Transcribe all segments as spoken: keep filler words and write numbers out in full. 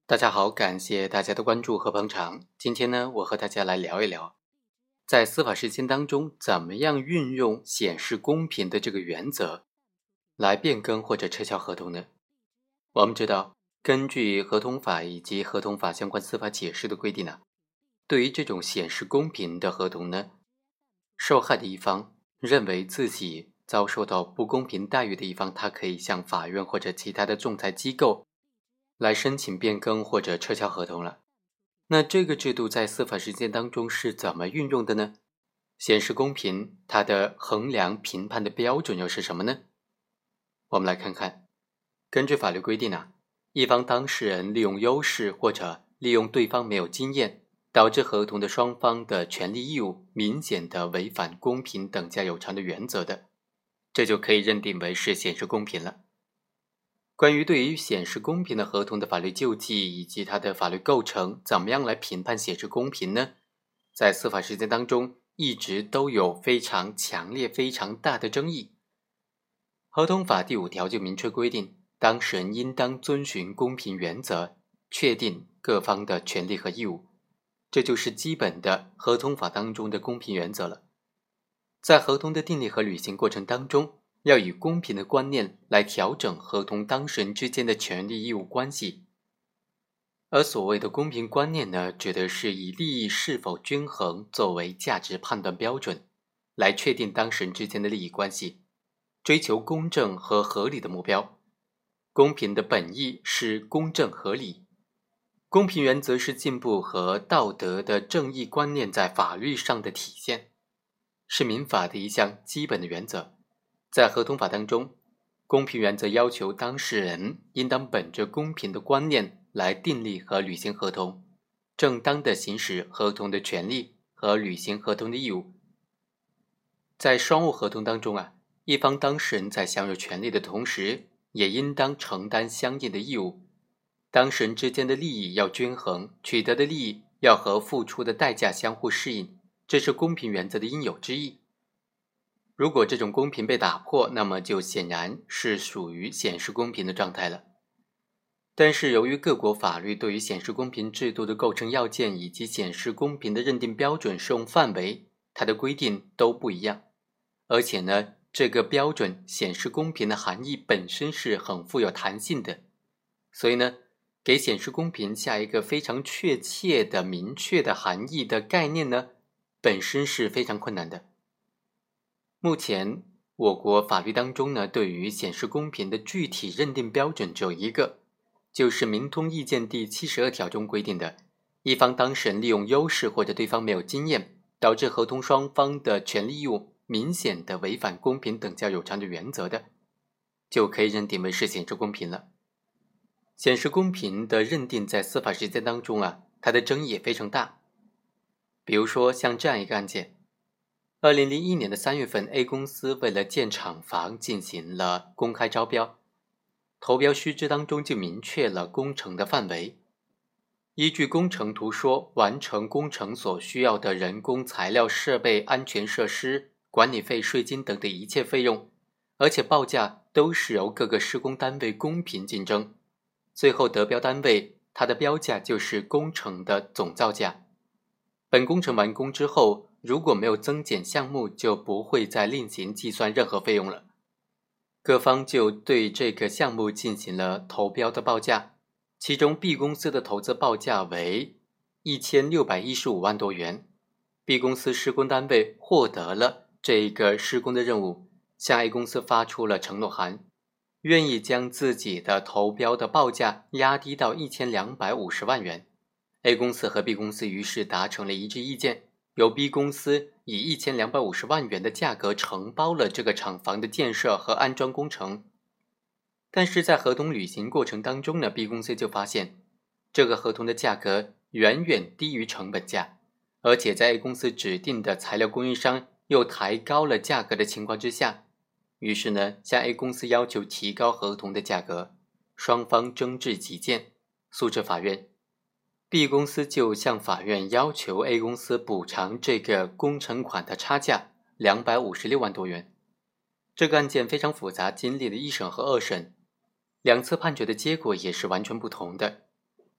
大家好，感谢大家的关注和捧场。今天呢，我和大家来聊一聊，在司法实践当中，怎么样运用显示公平的这个原则来变更或者撤销合同呢？我们知道，根据合同法以及合同法相关司法解释的规定呢，对于这种显示公平的合同呢，受害的一方认为自己遭受到不公平待遇的一方，他可以向法院或者其他的仲裁机构来申请变更或者撤销合同了。那这个制度在司法实践当中是怎么运用的呢？显示公平，它的衡量评判的标准又是什么呢？我们来看看，根据法律规定啊，一方当事人利用优势或者利用对方没有经验，导致合同的双方的权利义务明显的违反公平等价有偿的原则的，这就可以认定为是显示公平了。关于对于显示公平的合同的法律救济以及它的法律构成，怎么样来评判显示公平呢？在司法实践当中一直都有非常强烈非常大的争议。合同法第五条就明确规定，当事人应当遵循公平原则，确定各方的权利和义务，这就是基本的合同法当中的公平原则了。在合同的订立和履行过程当中，要以公平的观念来调整合同当事人之间的权利义务关系。而所谓的公平观念呢，指的是以利益是否均衡作为价值判断标准，来确定当事人之间的利益关系，追求公正和合理的目标。公平的本意是公正合理，公平原则是进步和道德的正义观念在法律上的体现，是民法的一项基本的原则。在合同法当中，公平原则要求当事人应当本着公平的观念来订立和履行合同，正当的行使合同的权利和履行合同的义务。在双务合同当中啊，一方当事人在享有权利的同时，也应当承担相应的义务。当事人之间的利益要均衡，取得的利益要和付出的代价相互适应，这是公平原则的应有之义。如果这种公平被打破，那么就显然是属于显示公平的状态了。但是由于各国法律对于显示公平制度的构成要件以及显示公平的认定标准适用范围，它的规定都不一样。而且呢，这个标准显示公平的含义本身是很富有弹性的，所以呢，给显示公平下一个非常确切的明确的含义的概念呢，本身是非常困难的。目前我国法律当中呢，对于显示公平的具体认定标准只有一个，就是民通意见第七十二条中规定的，一方当事人利用优势或者对方没有经验，导致合同双方的权利义务明显的违反公平等价有偿的原则的，就可以认定为是显示公平了。显示公平的认定在司法实践当中啊，它的争议也非常大。比如说像这样一个案件，二零零一年的三月份 A 公司为了建厂房进行了公开招标，投标须知当中就明确了工程的范围，依据工程图说完成工程所需要的人工、材料、设备、安全设施、管理费、税金等的一切费用，而且报价都是由各个施工单位公平竞争，最后得标单位它的标价就是工程的总造价。本工程完工之后，如果没有增减项目，就不会再另行计算任何费用了。各方就对这个项目进行了投标的报价，其中 B 公司的投资报价为一千六百一十五万多元。B 公司施工单位获得了这个施工的任务，向 A 公司发出了承诺函，愿意将自己的投标的报价压低到一千两百五十万元。A 公司和 B 公司于是达成了一致意见，由 B 公司以一千两百五十万元的价格承包了这个厂房的建设和安装工程。但是在合同履行过程当中呢 B 公司就发现这个合同的价格远远低于成本价，而且在 A 公司指定的材料供应商又抬高了价格的情况之下，于是呢向 A 公司要求提高合同的价格，双方争执己见，诉至法院。B 公司就向法院要求 A 公司补偿这个工程款的差价两百五十六万多元。这个案件非常复杂，经历了一审和二审，两次判决的结果也是完全不同的。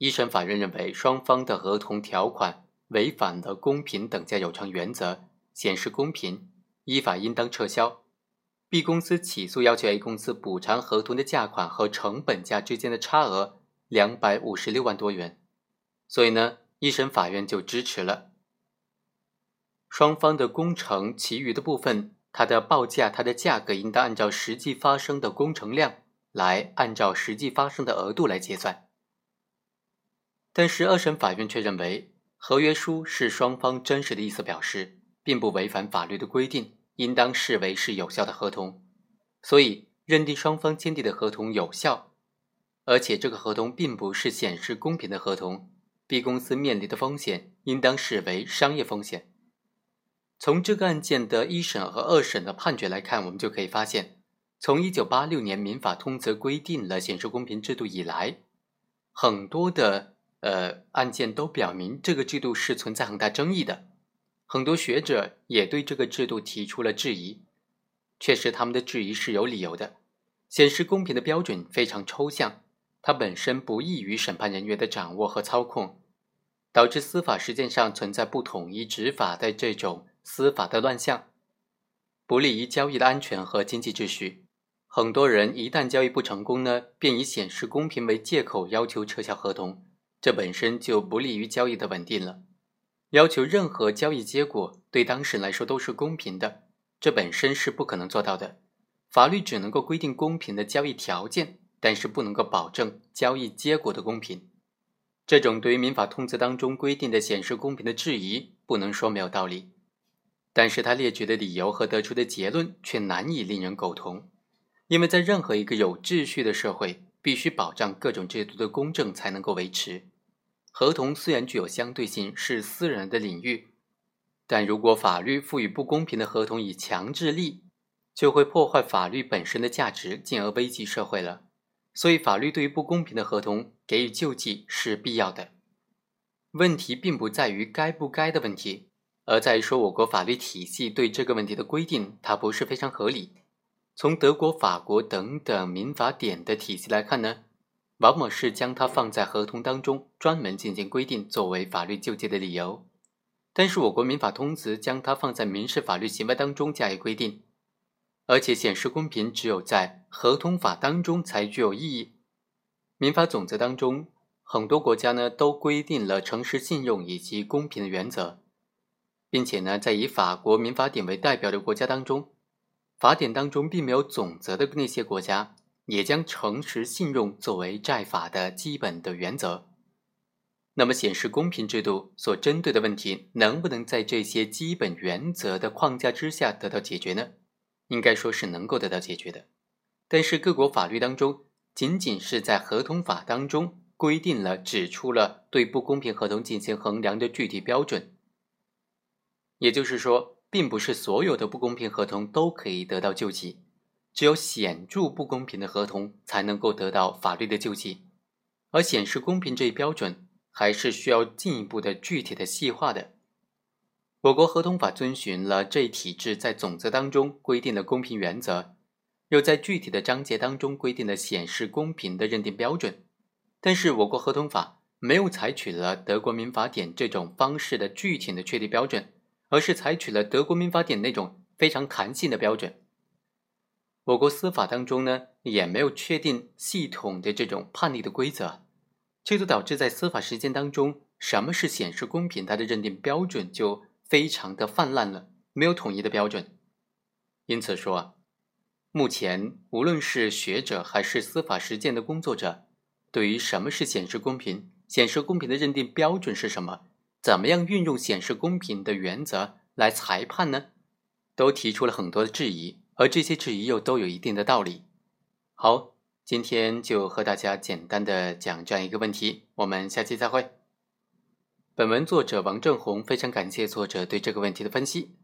一审法院认为双方的合同条款违反了公平等价有偿原则，显示公平，依法应当撤销。B 公司起诉要求 A 公司补偿合同的价款和成本价之间的差额两百五十六万多元，所以呢，一审法院就支持了。双方的工程其余的部分，它的报价它的价格应当按照实际发生的工程量来按照实际发生的额度来结算。但是二审法院却认为合约书是双方真实的意思表示，并不违反法律的规定，应当视为是有效的合同，所以认定双方签订的合同有效。而且这个合同并不是显示公平的合同， B 公司面临的风险应当视为商业风险。从这个案件的一审和二审的判决来看，我们就可以发现，从一九八六年民法通则规定了显示公平制度以来，很多的呃案件都表明这个制度是存在很大争议的，很多学者也对这个制度提出了质疑。确实他们的质疑是有理由的，显示公平的标准非常抽象，它本身不易于审判人员的掌握和操控，导致司法实践上存在不统一执法的这种司法的乱象，不利于交易的安全和经济秩序。很多人一旦交易不成功呢，便以显示公平为借口要求撤销合同，这本身就不利于交易的稳定了。要求任何交易结果对当事人来说都是公平的，这本身是不可能做到的。法律只能够规定公平的交易条件，但是不能够保证交易结果的公平。这种对于民法通则当中规定的显示公平的质疑，不能说没有道理，但是他列举的理由和得出的结论却难以令人苟同。因为在任何一个有秩序的社会，必须保障各种制度的公正才能够维持。合同虽然具有相对性，是私人的领域，但如果法律赋予不公平的合同以强制力，就会破坏法律本身的价值，进而危及社会了。所以法律对于不公平的合同给予救济是必要的。问题并不在于该不该的问题，而在于说我国法律体系对这个问题的规定它不是非常合理。从德国、法国等等民法典的体系来看呢，往往是将它放在合同当中专门进行规定作为法律救济的理由，但是我国民法通则将它放在民事法律行为当中加以规定，而且显示公平只有在合同法当中才具有意义。民法总则当中，很多国家呢都规定了诚实信用以及公平的原则，并且呢在以法国民法典为代表的国家当中，法典当中并没有总则的那些国家也将诚实信用作为债法的基本的原则。那么显示公平制度所针对的问题能不能在这些基本原则的框架之下得到解决呢？应该说是能够得到解决的。但是各国法律当中仅仅是在合同法当中规定了指出了对不公平合同进行衡量的具体标准，也就是说并不是所有的不公平合同都可以得到救济，只有显著不公平的合同才能够得到法律的救济。而显示公平这一标准还是需要进一步的具体的细化的。我国合同法遵循了这一体制，在总则当中规定了公平原则，又在具体的章节当中规定了显示公平的认定标准。但是我国合同法没有采取了德国民法典这种方式的具体的确立标准，而是采取了德国民法典那种非常弹性的标准。我国司法当中呢，也没有确定系统的这种判例的规则，这就导致在司法实践当中，什么是显示公平，它的认定标准就非常的泛滥了，没有统一的标准。因此说啊，目前无论是学者还是司法实践的工作者，对于什么是显示公平，显示公平的认定标准是什么，怎么样运用显示公平的原则来裁判呢，都提出了很多的质疑，而这些质疑又都有一定的道理。好，今天就和大家简单的讲这样一个问题，我们下期再会。本文作者王正红，非常感谢作者对这个问题的分析。